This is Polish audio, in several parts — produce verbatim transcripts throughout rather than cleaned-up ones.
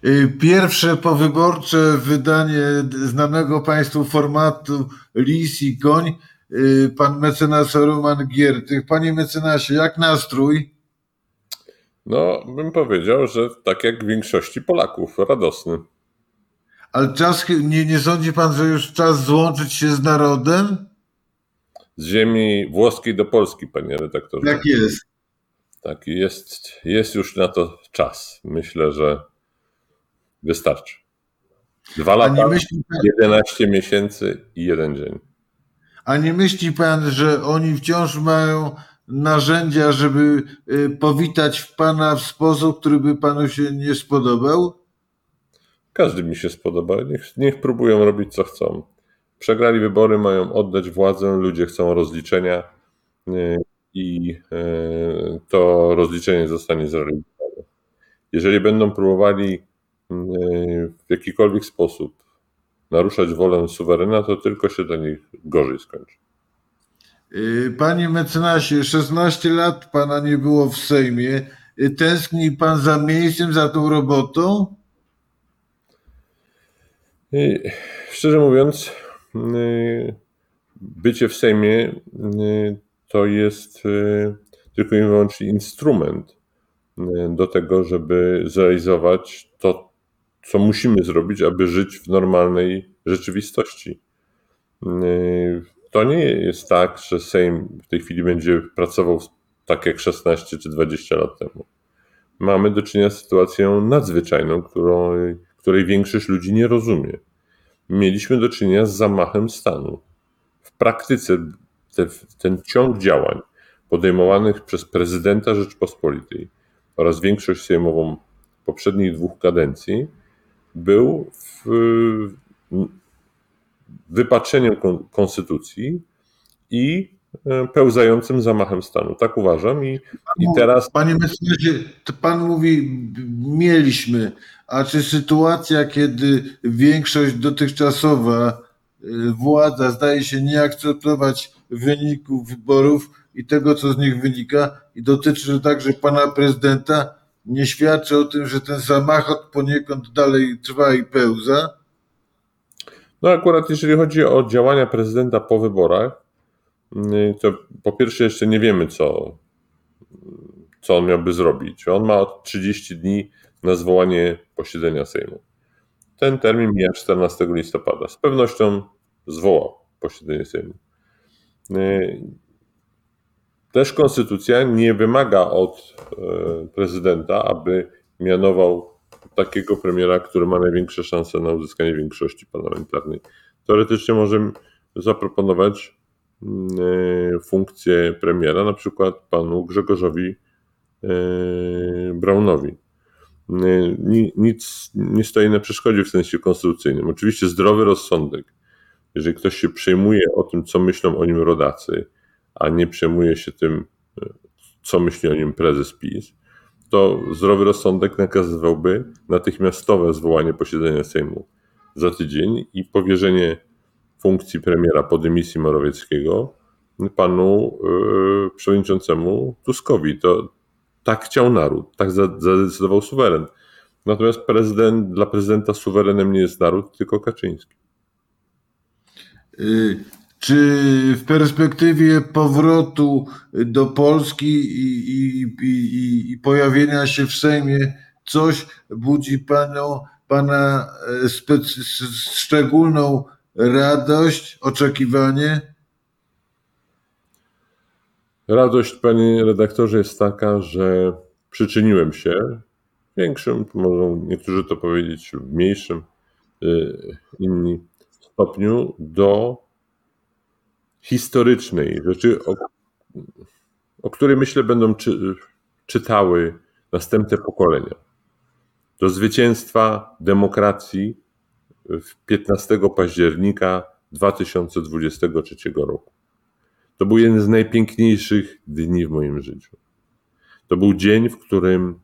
Y, Pierwsze powyborcze wydanie znanego Państwu formatu Lis i Koń, y, pan mecenas Roman Giertych. Panie mecenasie, jak nastrój? No, bym powiedział, że tak jak w większości Polaków, radosny. Ale czas, nie, nie sądzi pan, że już czas złączyć się z narodem? Z ziemi włoskiej do Polski, panie redaktorze. Tak jest. Tak, jest, jest już na to czas. Myślę, że wystarczy. Dwa A nie lata, myśli pan, jedenaście miesięcy i jeden dzień. a nie myśli pan, że oni wciąż mają narzędzia, żeby y, powitać pana w sposób, który by panu się nie spodobał? Każdy mi się spodoba. Niech, niech próbują robić co chcą. Przegrali wybory, mają oddać władzę, ludzie chcą rozliczenia yy, i yy, to rozliczenie zostanie zrealizowane. Jeżeli będą próbowali yy, w jakikolwiek sposób naruszać wolę suwerena, to tylko się dla nich gorzej skończy. Y, Panie mecenasie, szesnaście lat pana nie było w Sejmie. Y, Tęskni pan za miejscem, za tą robotą? I szczerze mówiąc, yy, bycie w Sejmie yy, to jest yy, tylko i wyłącznie instrument yy, do tego, żeby zrealizować to, co musimy zrobić, aby żyć w normalnej rzeczywistości. Yy, To nie jest tak, że Sejm w tej chwili będzie pracował tak jak szesnaście czy dwadzieścia lat temu. Mamy do czynienia z sytuacją nadzwyczajną, którą, której większość ludzi nie rozumie. Mieliśmy do czynienia z zamachem stanu. W praktyce te, ten ciąg działań podejmowanych przez prezydenta Rzeczpospolitej oraz większość sejmową poprzednich dwóch kadencji był w, wypaczeniem konstytucji i pełzającym zamachem stanu. Tak uważam i, i teraz... Panie mecenasie, to pan mówi mieliśmy, a czy sytuacja, kiedy większość dotychczasowa, y, władza zdaje się nie akceptować wyników wyborów i tego, co z nich wynika, i dotyczy także pana prezydenta, nie świadczy o tym, że ten zamach poniekąd dalej trwa i pełza? No akurat jeżeli chodzi o działania prezydenta po wyborach, to po pierwsze jeszcze nie wiemy, co, co on miałby zrobić. On ma trzydzieści dni na zwołanie posiedzenia Sejmu. Ten termin mija czternastego listopada. Z pewnością zwoła posiedzenie Sejmu. Też konstytucja nie wymaga od prezydenta, aby mianował takiego premiera, który ma największe szanse na uzyskanie większości parlamentarnej. Teoretycznie może zaproponować funkcję premiera, na przykład panu Grzegorzowi Braunowi. Nic nie stoi na przeszkodzie w sensie konstytucyjnym. Oczywiście zdrowy rozsądek. Jeżeli ktoś się przejmuje o tym, co myślą o nim rodacy, a nie przejmuje się tym, co myśli o nim prezes PiS, to zdrowy rozsądek nakazywałby natychmiastowe zwołanie posiedzenia Sejmu za tydzień i powierzenie funkcji premiera po dymisji Morawieckiego panu yy, przewodniczącemu Tuskowi. To tak chciał naród, tak zadecydował suweren. Natomiast prezydent, dla prezydenta suwerenem nie jest naród, tylko Kaczyński. Y, Czy w perspektywie powrotu do Polski i, i, i, i pojawienia się w Sejmie coś budzi panią, pana specy, szczególną radość, oczekiwanie? Radość, panie redaktorze, jest taka, że przyczyniłem się w większym, mogą niektórzy to powiedzieć w mniejszym, inni stopniu do historycznej rzeczy, o, o której myślę będą czy, czytały następne pokolenia. Do zwycięstwa demokracji w piętnastego października dwa tysiące dwudziestego trzeciego roku. To był jeden z najpiękniejszych dni w moim życiu. To był dzień, w którym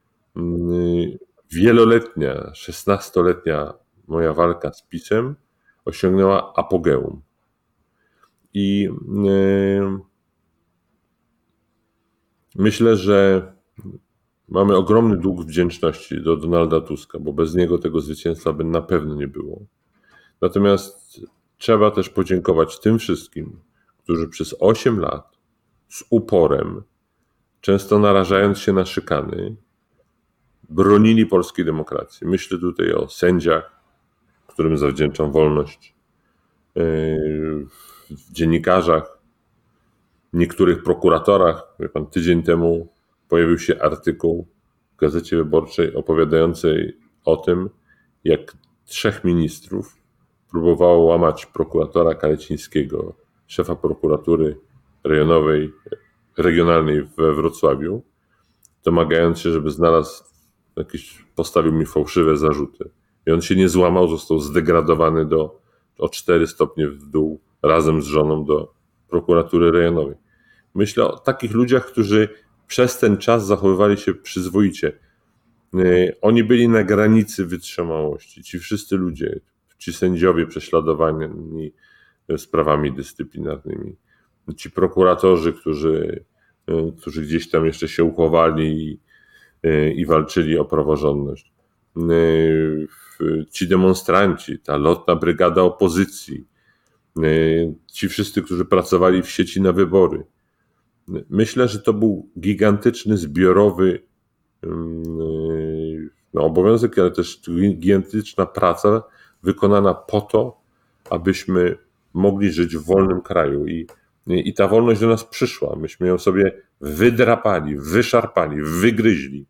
wieloletnia, szesnastoletnia moja walka z PiS-em osiągnęła apogeum. I myślę, że mamy ogromny dług wdzięczności do Donalda Tuska, bo bez niego tego zwycięstwa by na pewno nie było. Natomiast trzeba też podziękować tym wszystkim, którzy przez osiem lat z uporem, często narażając się na szykany, bronili polskiej demokracji. Myślę tutaj o sędziach, którym zawdzięczam wolność, dziennikarzach, niektórych prokuratorach. Wie pan, tydzień temu pojawił się artykuł w Gazecie Wyborczej opowiadającej o tym, jak trzech ministrów próbowało łamać prokuratora Kalecińskiego, szefa prokuratury rejonowej, regionalnej we Wrocławiu, domagając się, żeby znalazł jakieś, postawił mi fałszywe zarzuty. I on się nie złamał, został zdegradowany do, o cztery stopnie w dół razem z żoną do prokuratury rejonowej. Myślę o takich ludziach, którzy przez ten czas zachowywali się przyzwoicie. Oni byli na granicy wytrzymałości. Ci wszyscy ludzie, ci sędziowie prześladowani sprawami dyscyplinarnymi, ci prokuratorzy, którzy, którzy gdzieś tam jeszcze się uchowali i, i walczyli o praworządność. Ci demonstranci, ta lotna brygada opozycji, ci wszyscy, którzy pracowali w sieci na wybory. Myślę, że to był gigantyczny, zbiorowy no, obowiązek, ale też gigantyczna praca wykonana po to, abyśmy mogli żyć w wolnym kraju. I, i ta wolność do nas przyszła. Myśmy ją sobie wydrapali, wyszarpali, wygryźli.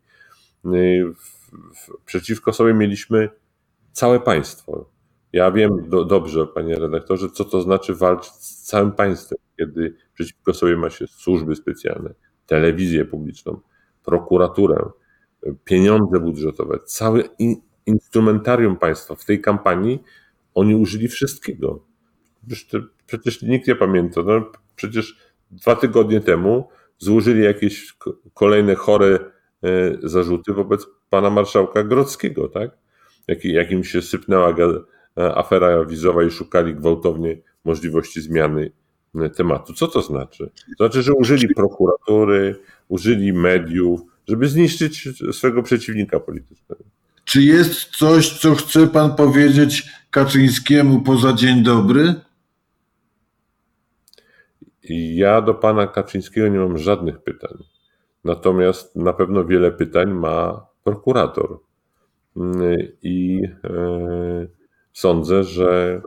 Przeciwko sobie mieliśmy całe państwo. Ja wiem do, dobrze, panie redaktorze, co to znaczy walczyć z całym państwem, kiedy przeciwko sobie ma się służby specjalne, telewizję publiczną, prokuraturę, pieniądze budżetowe, całe in, instrumentarium państwa. W tej kampanii oni użyli wszystkiego. Przecież, przecież nikt nie pamięta. No, przecież dwa tygodnie temu złożyli jakieś kolejne chore e, zarzuty wobec pana marszałka Grodzkiego, tak? Jak, jak im się sypnęła afera wizowa i szukali gwałtownie możliwości zmiany tematu. Co to znaczy? To znaczy, że użyli prokuratury, użyli mediów, żeby zniszczyć swojego przeciwnika politycznego. Czy jest coś, co chce pan powiedzieć Kaczyńskiemu poza dzień dobry? Ja do pana Kaczyńskiego nie mam żadnych pytań. Natomiast na pewno wiele pytań ma prokurator. I e, sądzę, że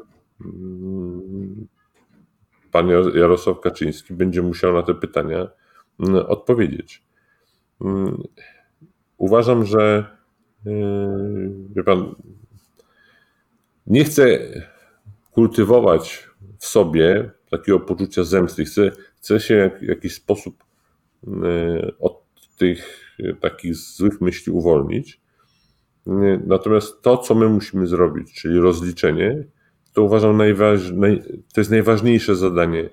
pan Jarosław Kaczyński będzie musiał na te pytania odpowiedzieć. Uważam, że wie pan, nie chcę kultywować w sobie takiego poczucia zemsty. Chcę, chcę się w jakiś sposób od tych takich złych myśli uwolnić. Natomiast to, co my musimy zrobić, czyli rozliczenie, to uważam, najważ... naj... to jest najważniejsze zadanie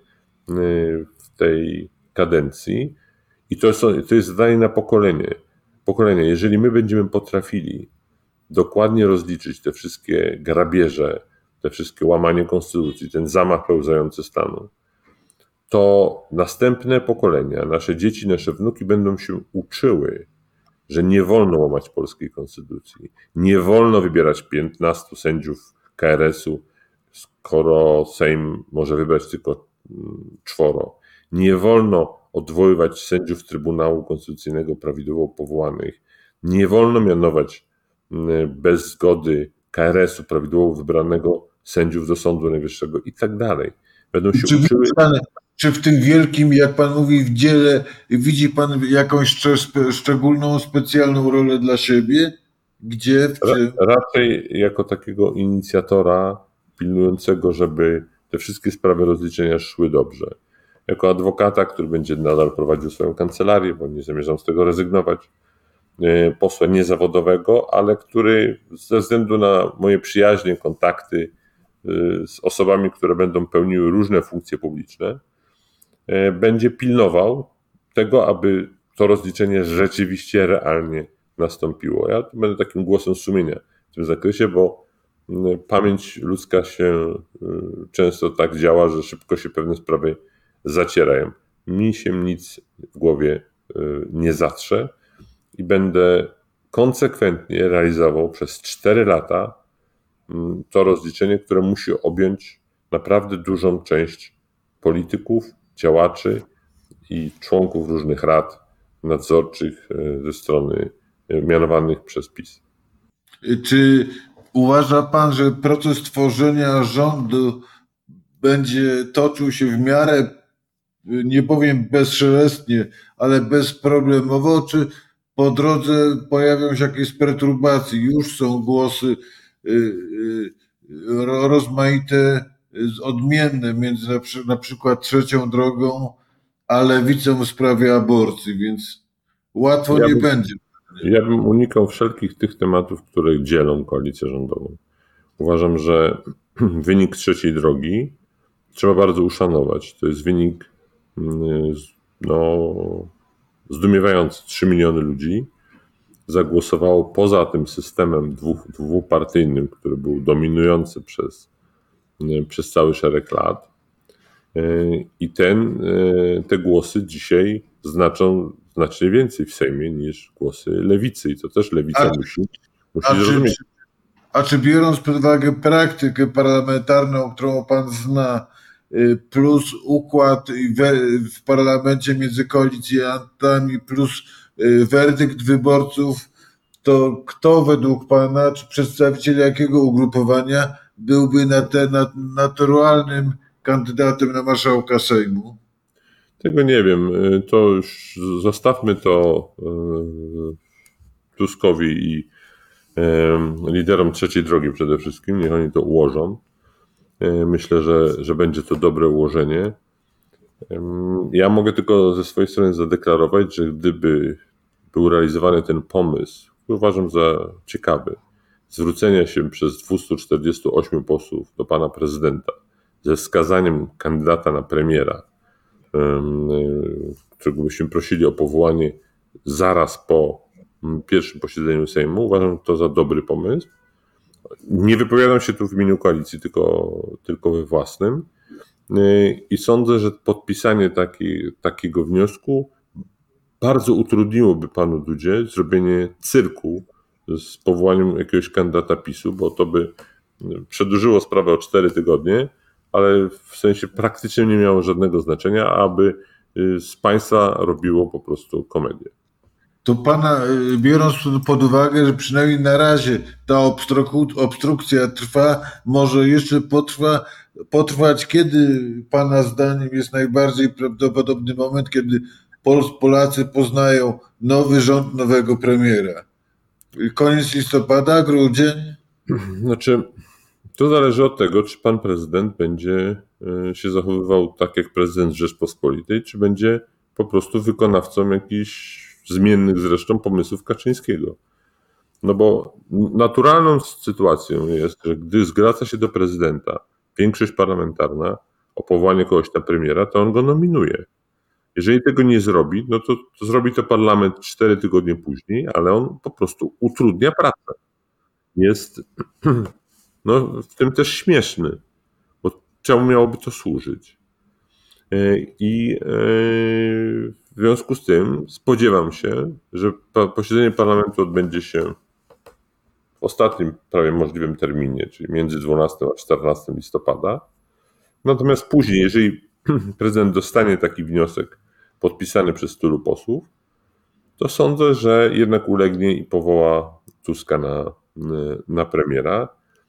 w tej kadencji i to jest, to jest zadanie na pokolenie. pokolenie. Jeżeli my będziemy potrafili dokładnie rozliczyć te wszystkie grabieże, te wszystkie łamanie konstytucji, ten zamach pełzający stanu, to następne pokolenia, nasze dzieci, nasze wnuki będą się uczyły, że nie wolno łamać polskiej konstytucji, nie wolno wybierać piętnastu sędziów K R S-u, skoro Sejm może wybrać tylko czworo. Nie wolno odwoływać sędziów Trybunału Konstytucyjnego prawidłowo powołanych. Nie wolno mianować bez zgody K R S-u prawidłowo wybranego sędziów do Sądu Najwyższego i tak dalej. Będą się Czy uczyły... Pan, czy w tym wielkim, jak pan mówi, w dziele widzi pan jakąś szcz- szczególną, specjalną rolę dla siebie? Gdzie? W czym? Raczej jako takiego inicjatora pilnującego, żeby te wszystkie sprawy rozliczenia szły dobrze. Jako adwokata, który będzie nadal prowadził swoją kancelarię, bo nie zamierzam z tego rezygnować, posła niezawodowego, ale który ze względu na moje przyjaźnie, kontakty z osobami, które będą pełniły różne funkcje publiczne, będzie pilnował tego, aby to rozliczenie rzeczywiście realnie nastąpiło. Ja tu będę takim głosem sumienia w tym zakresie, bo pamięć ludzka się często tak działa, że szybko się pewne sprawy zacierają. Mi się nic w głowie nie zatrze i będę konsekwentnie realizował przez cztery lata to rozliczenie, które musi objąć naprawdę dużą część polityków, działaczy i członków różnych rad nadzorczych ze strony mianowanych przez PiS. Czy uważa pan, że proces tworzenia rządu będzie toczył się w miarę, nie powiem bezszelestnie, ale bezproblemowo, czy po drodze pojawią się jakieś perturbacje? Już są głosy rozmaite, odmienne między na przykład Trzecią Drogą a Lewicą w sprawie aborcji, więc łatwo ja nie bym, będzie. Ja bym unikał wszelkich tych tematów, które dzielą koalicję rządową. Uważam, że wynik Trzeciej Drogi trzeba bardzo uszanować. To jest wynik no, zdumiewający. trzy miliony ludzi zagłosowało poza tym systemem dwóch, dwupartyjnym, który był dominujący przez, przez cały szereg lat. I ten, te głosy dzisiaj znaczą znacznie więcej w Sejmie niż głosy lewicy. I to też lewica A, musi, musi a, czy, zrozumieć. a czy biorąc pod uwagę praktykę parlamentarną, którą pan zna, plus układ w parlamencie między koalicjantami, plus werdykt wyborców, to kto według pana, czy przedstawiciel jakiego ugrupowania byłby na te, na, naturalnym kandydatem na marszałka Sejmu? Tego nie wiem. To już zostawmy to Tuskowi i liderom Trzeciej Drogi przede wszystkim. Niech oni to ułożą. Myślę, że, że będzie to dobre ułożenie. Ja mogę tylko ze swojej strony zadeklarować, że gdyby był realizowany ten pomysł, który uważam za ciekawy, zwrócenia się przez dwieście czterdzieści osiem posłów do pana prezydenta ze wskazaniem kandydata na premiera, którego byśmy prosili o powołanie zaraz po pierwszym posiedzeniu Sejmu, uważam to za dobry pomysł. Nie wypowiadam się tu w imieniu koalicji, tylko, tylko we własnym. I sądzę, że podpisanie taki, takiego wniosku bardzo utrudniłoby panu Dudzie zrobienie cyrku z powołaniem jakiegoś kandydata PiSu, bo to by przedłużyło sprawę o cztery tygodnie, ale w sensie praktycznie nie miało żadnego znaczenia, aby z państwa robiło po prostu komedię. To pana, biorąc pod uwagę, że przynajmniej na razie ta obstruk- obstrukcja trwa, może jeszcze potrwa, potrwać, kiedy pana zdaniem jest najbardziej prawdopodobny moment, kiedy Pol- Polacy poznają nowy rząd, nowego premiera? Koniec listopada, grudzień? Znaczy, to zależy od tego, czy pan prezydent będzie się zachowywał tak jak prezydent Rzeczpospolitej, czy będzie po prostu wykonawcą jakichś zmiennych zresztą pomysłów Kaczyńskiego. No bo naturalną sytuacją jest, że gdy zwraca się do prezydenta większość parlamentarna o powołanie kogoś na premiera, to on go nominuje. Jeżeli tego nie zrobi, no to, to zrobi to parlament cztery tygodnie później, ale on po prostu utrudnia pracę. Jest no, w tym też śmieszny, bo czemu miałoby to służyć? I w związku z tym spodziewam się, że posiedzenie parlamentu odbędzie się w ostatnim prawie możliwym terminie, czyli między dwunastego a czternastego listopada. Natomiast później, jeżeli prezydent dostanie taki wniosek podpisany przez tylu posłów, to sądzę, że jednak ulegnie i powoła Tuska na, na premiera.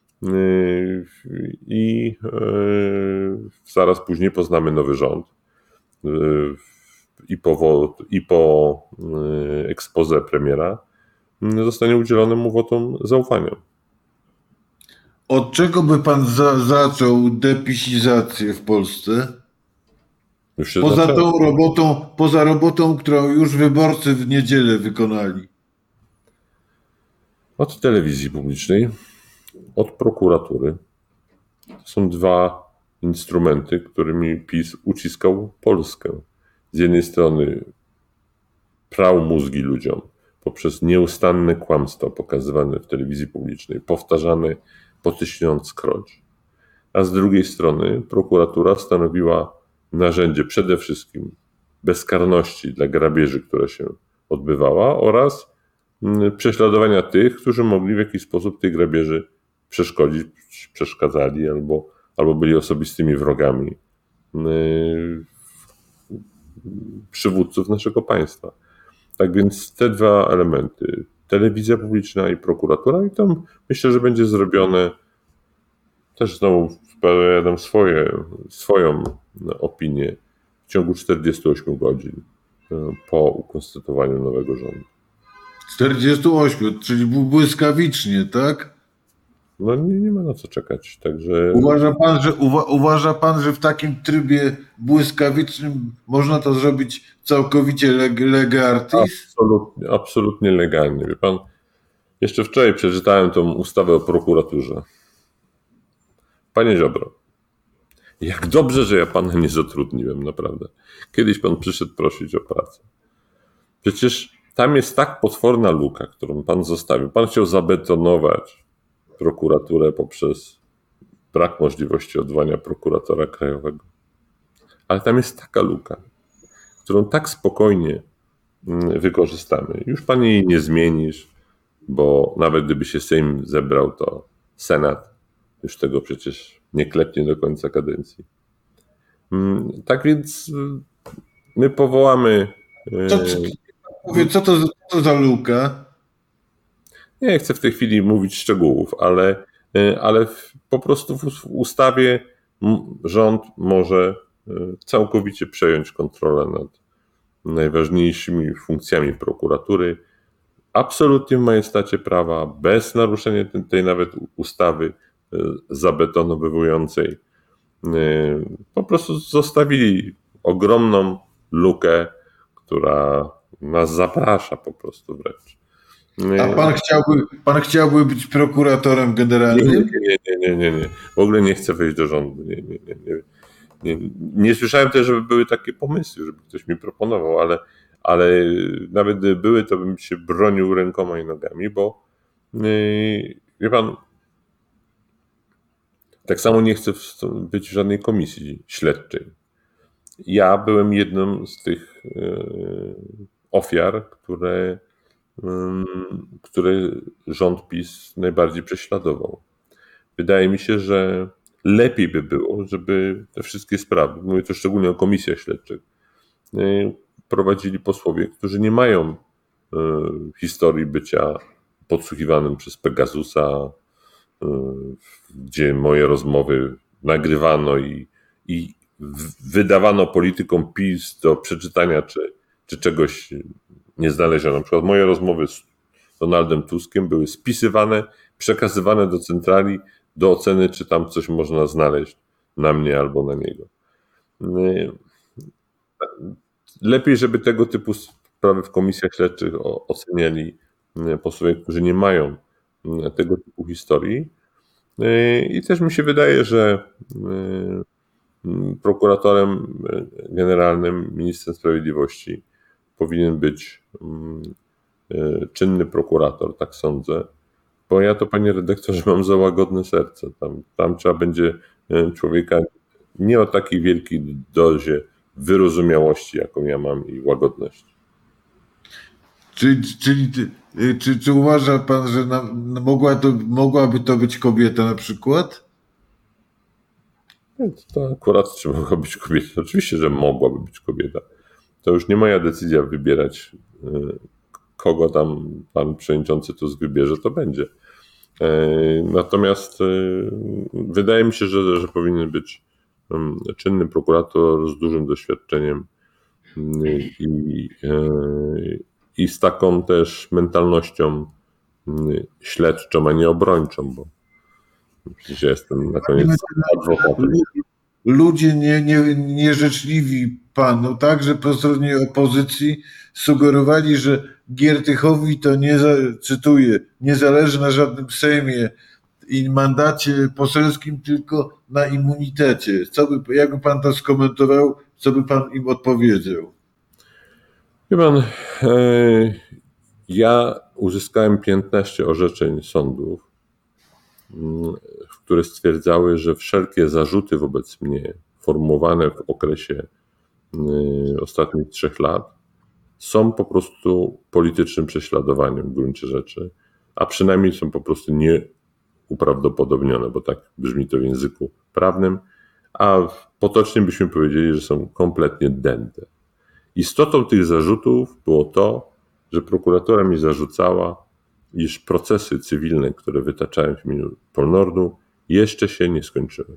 I zaraz później poznamy nowy rząd. I po, i po expose premiera zostanie udzielone mu wotum zaufania. Od czego by pan za, zaczął depisizację w Polsce? Już się Poza zaczęło. tą robotą, poza robotą, którą już wyborcy w niedzielę wykonali. Od telewizji publicznej, od prokuratury. To są dwa instrumenty, którymi PiS uciskał Polskę. Z jednej strony prał mózgi ludziom poprzez nieustanne kłamstwa pokazywane w telewizji publicznej, powtarzane po tysiąckroć, a z drugiej strony prokuratura stanowiła narzędzie przede wszystkim bezkarności dla grabieży, która się odbywała, oraz prześladowania tych, którzy mogli w jakiś sposób tej grabieży przeszkodzić, przeszkadzali albo, albo byli osobistymi wrogami przywódców naszego państwa. Tak więc te dwa elementy, telewizja publiczna i prokuratura, i tam myślę, że będzie zrobione, też znowu wypowiadam swoje, swoją opinię, w ciągu czterdziestu ośmiu godzin po ukonstytuowaniu nowego rządu. czterdziestu ośmiu, czyli błyskawicznie, tak? No nie, nie ma na co czekać, także... Uważa pan, że, uwa, uważa pan, że w takim trybie błyskawicznym można to zrobić całkowicie leg, lege artis? Absolutnie, absolutnie legalnie. Wie pan, jeszcze wczoraj przeczytałem tą ustawę o prokuraturze. Panie Ziobro, jak dobrze, że ja pana nie zatrudniłem, naprawdę. Kiedyś pan przyszedł prosić o pracę. Przecież tam jest tak potworna luka, którą pan zostawił. Pan chciał zabetonować prokuraturę poprzez brak możliwości odwołania prokuratora krajowego. Ale tam jest taka luka, którą tak spokojnie wykorzystamy. Już pan jej nie zmienisz, bo nawet gdyby się Sejm zebrał, to Senat już tego przecież nie klepnie do końca kadencji. Tak więc my powołamy... Co, co, mówię, co, to, co to za luka? Nie chcę w tej chwili mówić szczegółów, ale, ale po prostu w ustawie rząd może całkowicie przejąć kontrolę nad najważniejszymi funkcjami prokuratury, absolutnie w majestacie prawa, bez naruszenia tej, tej nawet ustawy zabetonowywującej. Po prostu zostawili ogromną lukę, która nas zaprasza po prostu wręcz. A pan chciałby, pan chciałby być prokuratorem generalnym? Nie, nie, nie, nie, nie, nie. W ogóle nie chcę wejść do rządu. Nie, nie, nie, nie. Nie, nie słyszałem też, żeby były takie pomysły, żeby ktoś mi proponował, ale, ale nawet gdyby były, to bym się bronił rękoma i nogami, bo yy, wie pan, tak samo nie chcę być w żadnej komisji śledczej. Ja byłem jedną z tych yy, ofiar, które, yy, które rząd PiS najbardziej prześladował. Wydaje mi się, że lepiej by było, żeby te wszystkie sprawy, mówię tu szczególnie o komisjach śledczych, prowadzili posłowie, którzy nie mają historii bycia podsłuchiwanym przez Pegasusa, gdzie moje rozmowy nagrywano i, i wydawano politykom PiS do przeczytania, czy, czy czegoś nie znaleziono. Na przykład moje rozmowy z Donaldem Tuskiem były spisywane, przekazywane do centrali do oceny, czy tam coś można znaleźć na mnie albo na niego. Lepiej, żeby tego typu sprawy w komisjach śledczych oceniali posłowie, którzy nie mają tego typu historii. I też mi się wydaje, że prokuratorem generalnym, ministrem sprawiedliwości powinien być czynny prokurator, tak sądzę. Bo ja to, panie redaktorze, mam za łagodne serce. Tam, tam trzeba będzie człowieka nie o takiej wielkiej dozie wyrozumiałości, jaką ja mam, i łagodności. Czyli, czyli czy, czy uważa pan, że na, mogła to, mogłaby to być kobieta na przykład? To akurat czy mogła być kobieta? Oczywiście, że mogłaby być kobieta. To już nie moja decyzja wybierać, kogo tam pan przewodniczący Tusk wybierze, to będzie. Natomiast wydaje mi się, że, że powinien być czynny prokurator z dużym doświadczeniem i, i z taką też mentalnością śledczą, a nie obrończą, bo przecież ja jestem na koniec adwokatem. Ludzie nie, nie, nieżyczliwi panu, także po stronie opozycji, sugerowali, że Giertychowi to nie, cytuję, nie zależy na żadnym sejmie i mandacie poselskim, tylko na immunitecie. Co by, jakby pan to skomentował, co by pan im odpowiedział? Wie pan, ja uzyskałem piętnaście orzeczeń sądów, które stwierdzały, że wszelkie zarzuty wobec mnie formułowane w okresie ostatnich trzech lat są po prostu politycznym prześladowaniem w gruncie rzeczy, a przynajmniej są po prostu nieuprawdopodobnione, bo tak brzmi to w języku prawnym, a potocznie byśmy powiedzieli, że są kompletnie dęte. Istotą tych zarzutów było to, że prokuratura mi zarzucała, iż procesy cywilne, które wytaczałem w imieniu Polnordu, jeszcze się nie skończyły.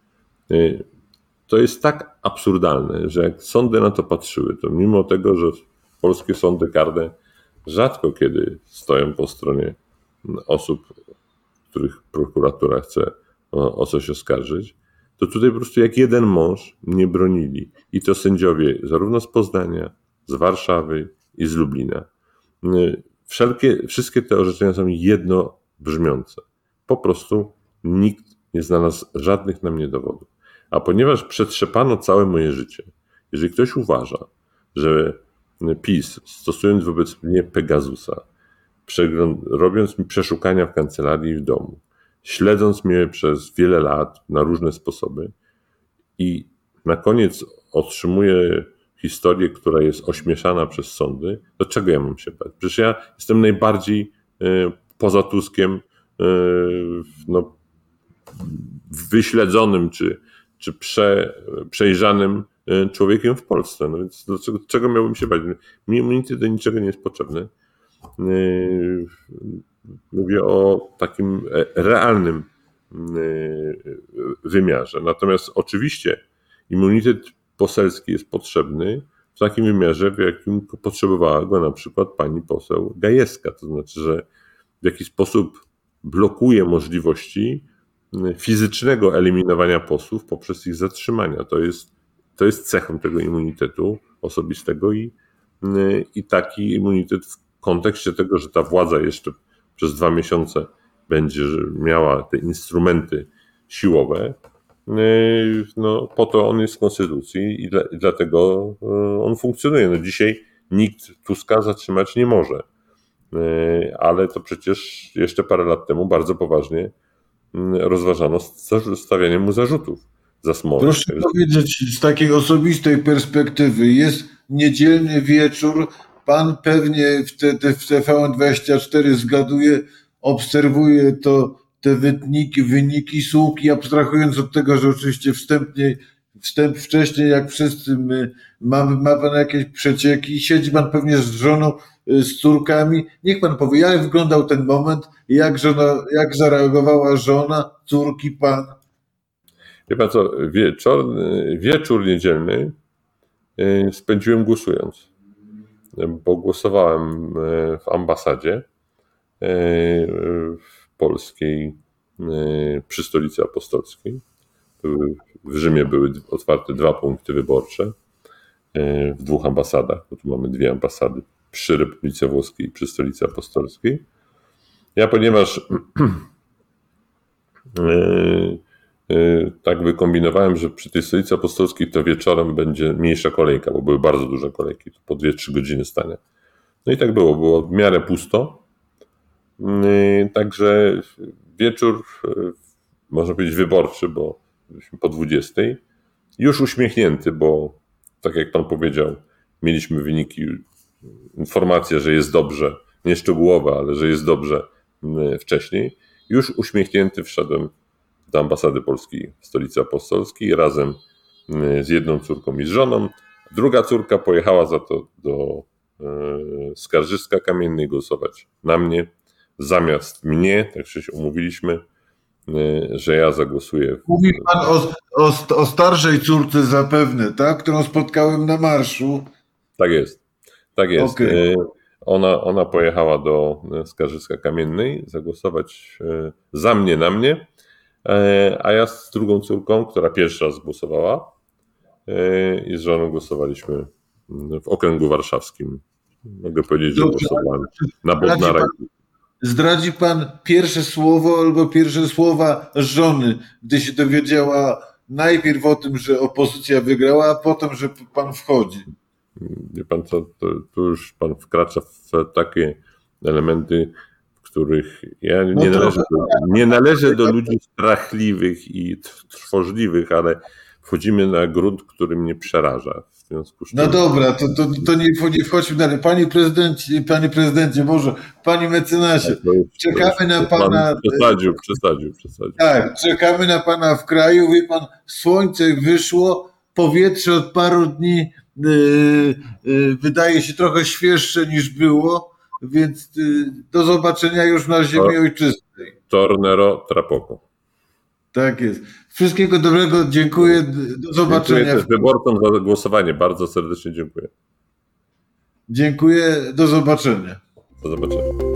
To jest tak absurdalne, że jak sądy na to patrzyły, to mimo tego, że polskie sądy karne rzadko kiedy stoją po stronie osób, których prokuratura chce o, o coś oskarżyć, to tutaj po prostu jak jeden mąż mnie bronili. I to sędziowie zarówno z Poznania, z Warszawy i z Lublina. Wszelkie, wszystkie te orzeczenia są jednobrzmiące. Po prostu nikt nie znalazł żadnych na mnie dowodów. A ponieważ przetrzepano całe moje życie, jeżeli ktoś uważa, że PiS, stosując wobec mnie Pegasusa, robiąc mi przeszukania w kancelarii i w domu, śledząc mnie przez wiele lat na różne sposoby i na koniec otrzymuje historię, która jest ośmieszana przez sądy, to czego ja mam się bać? Przecież ja jestem najbardziej poza Tuskiem no, wyśledzonym czy, czy prze, przejrzanym człowiekiem w Polsce. No więc dlaczego, czego miałbym się bać? Mi immunitet do niczego nie jest potrzebny. Mówię o takim realnym wymiarze. Natomiast oczywiście immunitet poselski jest potrzebny w takim wymiarze, w jakim potrzebowała go na przykład pani poseł Gajewska. To znaczy, że w jakiś sposób blokuje możliwości fizycznego eliminowania posłów poprzez ich zatrzymania. To jest, to jest cechą tego immunitetu osobistego i, i taki immunitet w kontekście tego, że ta władza jeszcze przez dwa miesiące będzie miała te instrumenty siłowe, no po to on jest w Konstytucji i, dla, i dlatego on funkcjonuje. No dzisiaj nikt Tuska zatrzymać nie może, ale to przecież jeszcze parę lat temu bardzo poważnie rozważano stawianie mu zarzutów za smogę. Proszę powiedzieć z takiej osobistej perspektywy, jest niedzielny wieczór, pan pewnie w, te, w T V N dwadzieścia cztery zgaduje, obserwuje to, te wyniki, wyniki słupki, abstrahując od tego, że oczywiście wstępnie, wstęp wcześniej, jak wszyscy my, mamy, ma pan jakieś przecieki, siedzi pan pewnie z żoną, z córkami. Niech pan powie, jak wyglądał ten moment, jak żona, jak zareagowała żona, córki, pan? Wie pan co, wieczór, wieczór niedzielny spędziłem głosując, bo głosowałem w ambasadzie polskiej przy Stolicy Apostolskiej. W Rzymie były otwarte dwa punkty wyborcze w dwóch ambasadach, bo tu mamy dwie ambasady przy Republice Włoskiej i przy Stolicy Apostolskiej. Ja ponieważ tak wykombinowałem, że przy tej Stolicy Apostolskiej to wieczorem będzie mniejsza kolejka, bo były bardzo duże kolejki, to po dwie trzy godziny stania. No i tak było, było w miarę pusto. Także wieczór, można powiedzieć wyborczy, bo po dwudziestej, już uśmiechnięty, bo tak jak pan powiedział, mieliśmy wyniki, informacje, że jest dobrze, nie szczegółowe, ale że jest dobrze wcześniej. Już uśmiechnięty wszedłem do ambasady polskiej w Stolicy Apostolskiej razem z jedną córką i z żoną. Druga córka pojechała za to do Skarżyska Kamiennej głosować na mnie zamiast mnie, tak się umówiliśmy, że ja zagłosuję. Mówi pan o, o, o starszej córce zapewne, tak? Którą spotkałem na marszu. Tak jest, tak jest. Okay. Ona, ona pojechała do Skarżyska Kamiennej zagłosować za mnie, na mnie, a ja z drugą córką, która pierwszy raz głosowała i z żoną głosowaliśmy w okręgu warszawskim. Mogę powiedzieć, że głosowałem na Bodnara. Zdradzi pan pierwsze słowo albo pierwsze słowa żony, gdy się dowiedziała najpierw o tym, że opozycja wygrała, a potem, że pan wchodzi. Wie pan co, to, to już pan wkracza w takie elementy, w których ja nie, no należę, do, nie należę do ludzi strachliwych i trwożliwych, ale wchodzimy na grunt, który mnie przeraża w związku z czym... No dobra, to, to, to nie, nie wchodźmy dalej. Panie prezydencie, panie prezydencie, może panie mecenasie, To już- to czekamy już na pan pana. Przesadził, przesadził, przesadził. Tak, czekamy na pana w kraju. Wie pan, słońce wyszło, powietrze od paru dni yy, yy, wydaje się trochę świeższe niż było, więc yy, do zobaczenia już na ziemi ojczystej. Tornero Trapoco. Tak jest. Wszystkiego dobrego, dziękuję. Do zobaczenia. Dziękuję też wyborcom za głosowanie. Bardzo serdecznie dziękuję. Dziękuję, do zobaczenia. Do zobaczenia.